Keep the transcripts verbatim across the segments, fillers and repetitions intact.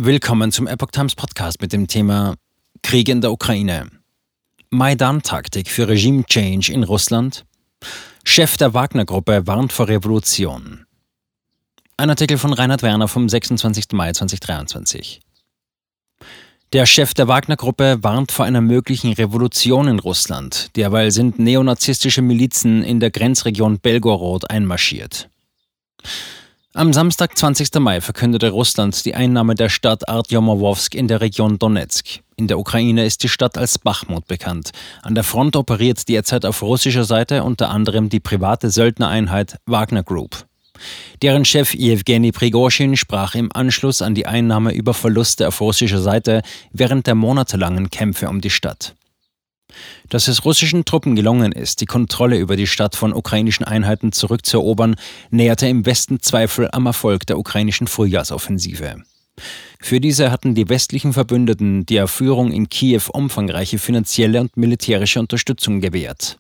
Willkommen zum Epoch Times Podcast mit dem Thema Krieg in der Ukraine. Maidan-Taktik für Regime-Change in Russland. Chef der Wagner-Gruppe warnt vor Revolution. Ein Artikel von Reinhard Werner vom sechsundzwanzigsten Mai zweitausenddreiundzwanzig. Der Chef der Wagner-Gruppe warnt vor einer möglichen Revolution in Russland. Derweil sind neonazistische Milizen in der Grenzregion Belgorod einmarschiert. Am Samstag, zwanzigsten Mai, verkündete Russland die Einnahme der Stadt Artjomowsk in der Region Donezk. In der Ukraine ist die Stadt als Bachmut bekannt. An der Front operiert derzeit auf russischer Seite unter anderem die private Söldnereinheit Wagner Group. Deren Chef Jewgeni Prigoschin sprach im Anschluss an die Einnahme über Verluste auf russischer Seite während der monatelangen Kämpfe um die Stadt. Dass es russischen Truppen gelungen ist, die Kontrolle über die Stadt von ukrainischen Einheiten zurückzuerobern, näherte im Westen Zweifel am Erfolg der ukrainischen Frühjahrsoffensive. Für diese hatten die westlichen Verbündeten der Führung in Kiew umfangreiche finanzielle und militärische Unterstützung gewährt.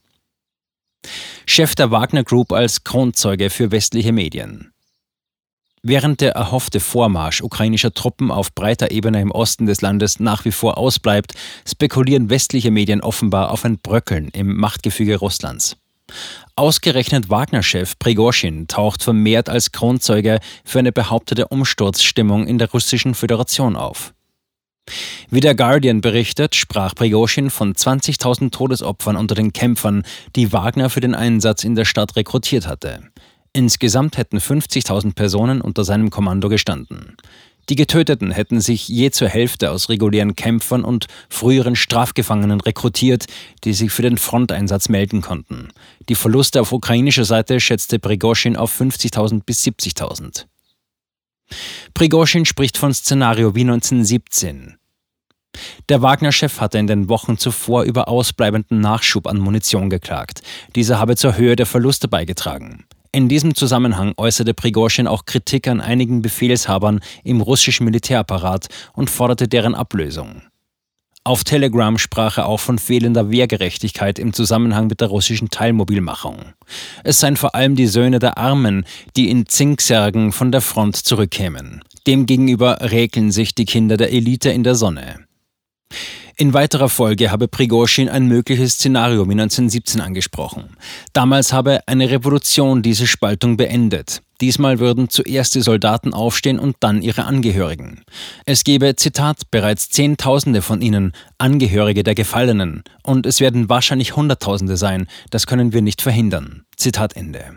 Chef der Wagner Group als Kronzeuge für westliche Medien. Während der erhoffte Vormarsch ukrainischer Truppen auf breiter Ebene im Osten des Landes nach wie vor ausbleibt, spekulieren westliche Medien offenbar auf ein Bröckeln im Machtgefüge Russlands. Ausgerechnet Wagner-Chef Prigoschin taucht vermehrt als Kronzeuge für eine behauptete Umsturzstimmung in der russischen Föderation auf. Wie der Guardian berichtet, sprach Prigoschin von zwanzigtausend Todesopfern unter den Kämpfern, die Wagner für den Einsatz in der Stadt rekrutiert hatte. Insgesamt hätten fünfzigtausend Personen unter seinem Kommando gestanden. Die Getöteten hätten sich je zur Hälfte aus regulären Kämpfern und früheren Strafgefangenen rekrutiert, die sich für den Fronteinsatz melden konnten. Die Verluste auf ukrainischer Seite schätzte Prigoschin auf fünfzigtausend bis siebzigtausend. Prigoschin spricht von Szenario wie neunzehnhundertsiebzehn. Der Wagner-Chef hatte in den Wochen zuvor über ausbleibenden Nachschub an Munition geklagt. Dieser habe zur Höhe der Verluste beigetragen. In diesem Zusammenhang äußerte Prigoschin auch Kritik an einigen Befehlshabern im russischen Militärapparat und forderte deren Ablösung. Auf Telegram sprach er auch von fehlender Wehrgerechtigkeit im Zusammenhang mit der russischen Teilmobilmachung. Es seien vor allem die Söhne der Armen, die in Zinksärgen von der Front zurückkämen. Demgegenüber räkeln sich die Kinder der Elite in der Sonne. In weiterer Folge habe Prigoschin ein mögliches Szenario wie neunzehnhundertsiebzehn angesprochen. Damals habe eine Revolution diese Spaltung beendet. Diesmal würden zuerst die Soldaten aufstehen und dann ihre Angehörigen. Es gebe, Zitat, bereits Zehntausende von ihnen, Angehörige der Gefallenen, und es werden wahrscheinlich Hunderttausende sein, das können wir nicht verhindern. Zitat Ende.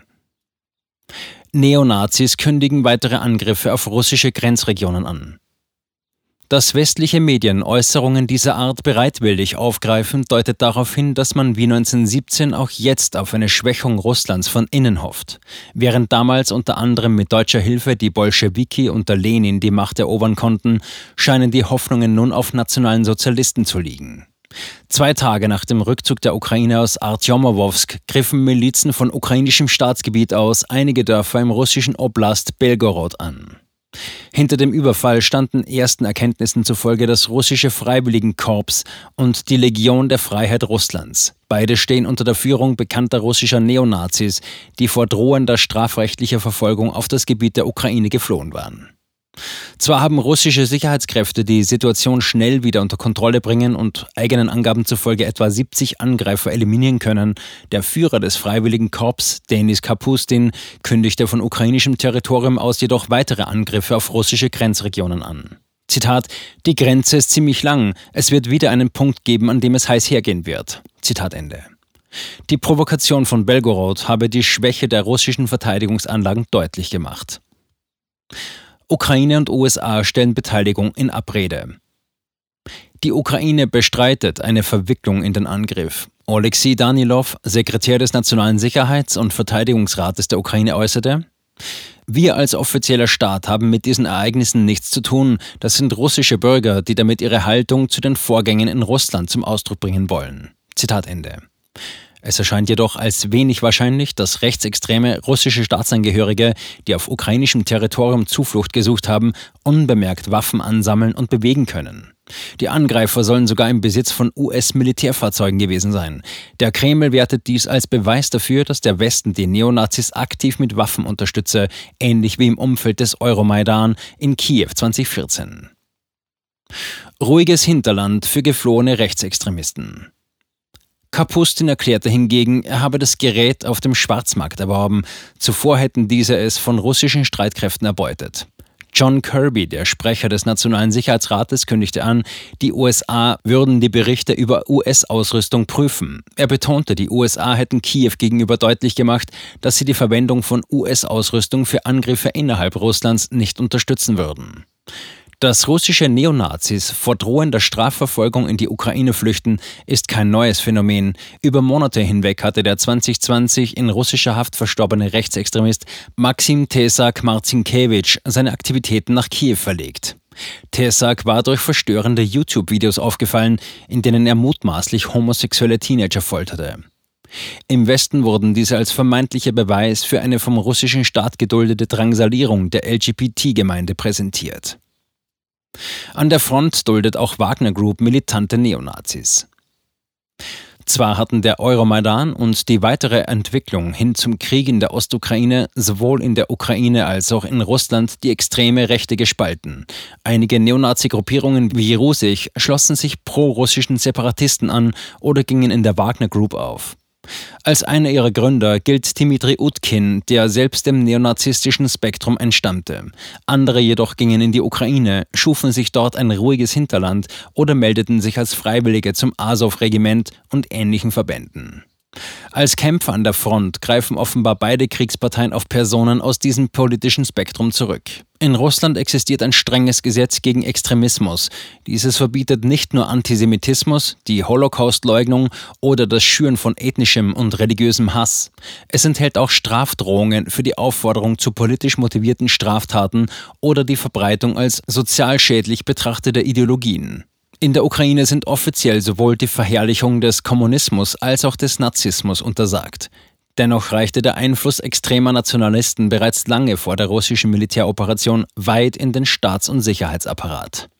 Neonazis kündigen weitere Angriffe auf russische Grenzregionen an. Dass westliche Medien Äußerungen dieser Art bereitwillig aufgreifen, deutet darauf hin, dass man wie neunzehnhundertsiebzehn auch jetzt auf eine Schwächung Russlands von innen hofft. Während damals unter anderem mit deutscher Hilfe die Bolschewiki unter Lenin die Macht erobern konnten, scheinen die Hoffnungen nun auf nationalen Sozialisten zu liegen. Zwei Tage nach dem Rückzug der Ukraine aus Artjomowsk griffen Milizen von ukrainischem Staatsgebiet aus einige Dörfer im russischen Oblast Belgorod an. Hinter dem Überfall standen ersten Erkenntnissen zufolge das russische Freiwilligenkorps und die Legion der Freiheit Russlands. Beide stehen unter der Führung bekannter russischer Neonazis, die vor drohender strafrechtlicher Verfolgung auf das Gebiet der Ukraine geflohen waren. Zwar haben russische Sicherheitskräfte die Situation schnell wieder unter Kontrolle bringen und eigenen Angaben zufolge etwa siebzig Angreifer eliminieren können, der Führer des Freiwilligenkorps, Denis Kapustin, kündigte von ukrainischem Territorium aus jedoch weitere Angriffe auf russische Grenzregionen an. Zitat, die Grenze ist ziemlich lang, es wird wieder einen Punkt geben, an dem es heiß hergehen wird. Zitat Ende. Die Provokation von Belgorod habe die Schwäche der russischen Verteidigungsanlagen deutlich gemacht. Ukraine und U S A stellen Beteiligung in Abrede. Die Ukraine bestreitet eine Verwicklung in den Angriff. Oleksiy Danilov, Sekretär des Nationalen Sicherheits- und Verteidigungsrates der Ukraine, äußerte: Wir als offizieller Staat haben mit diesen Ereignissen nichts zu tun. Das sind russische Bürger, die damit ihre Haltung zu den Vorgängen in Russland zum Ausdruck bringen wollen. Zitat Ende. Es erscheint jedoch als wenig wahrscheinlich, dass rechtsextreme russische Staatsangehörige, die auf ukrainischem Territorium Zuflucht gesucht haben, unbemerkt Waffen ansammeln und bewegen können. Die Angreifer sollen sogar im Besitz von U S-Militärfahrzeugen gewesen sein. Der Kreml wertet dies als Beweis dafür, dass der Westen die Neonazis aktiv mit Waffen unterstütze, ähnlich wie im Umfeld des Euromaidan in Kiew zweitausendvierzehn. Ruhiges Hinterland für geflohene Rechtsextremisten. Kapustin erklärte hingegen, er habe das Gerät auf dem Schwarzmarkt erworben. Zuvor hätten diese es von russischen Streitkräften erbeutet. John Kirby, der Sprecher des Nationalen Sicherheitsrates, kündigte an, die U S A würden die Berichte über U S-Ausrüstung prüfen. Er betonte, die U S A hätten Kiew gegenüber deutlich gemacht, dass sie die Verwendung von U S-Ausrüstung für Angriffe innerhalb Russlands nicht unterstützen würden. Dass russische Neonazis vor drohender Strafverfolgung in die Ukraine flüchten, ist kein neues Phänomen. Über Monate hinweg hatte der zwanzig zwanzig in russischer Haft verstorbene Rechtsextremist Maxim Tesak-Marzinkewitsch seine Aktivitäten nach Kiew verlegt. Tesak war durch verstörende YouTube-Videos aufgefallen, in denen er mutmaßlich homosexuelle Teenager folterte. Im Westen wurden diese als vermeintlicher Beweis für eine vom russischen Staat geduldete Drangsalierung der L G B T-Gemeinde präsentiert. An der Front duldet auch Wagner Group militante Neonazis. Zwar hatten der Euromaidan und die weitere Entwicklung hin zum Krieg in der Ostukraine sowohl in der Ukraine als auch in Russland die extreme Rechte gespalten. Einige Neonazi-Gruppierungen wie Rusich schlossen sich pro-russischen Separatisten an oder gingen in der Wagner Group auf. Als einer ihrer Gründer gilt Dmitri Utkin, der selbst dem neonazistischen Spektrum entstammte. Andere jedoch gingen in die Ukraine, schufen sich dort ein ruhiges Hinterland oder meldeten sich als Freiwillige zum Asow-Regiment und ähnlichen Verbänden. Als Kämpfer an der Front greifen offenbar beide Kriegsparteien auf Personen aus diesem politischen Spektrum zurück. In Russland existiert ein strenges Gesetz gegen Extremismus. Dieses verbietet nicht nur Antisemitismus, die Holocaustleugnung oder das Schüren von ethnischem und religiösem Hass. Es enthält auch Strafdrohungen für die Aufforderung zu politisch motivierten Straftaten oder die Verbreitung als sozial schädlich betrachteter Ideologien. In der Ukraine sind offiziell sowohl die Verherrlichung des Kommunismus als auch des Nazismus untersagt. Dennoch reichte der Einfluss extremer Nationalisten bereits lange vor der russischen Militäroperation weit in den Staats- und Sicherheitsapparat.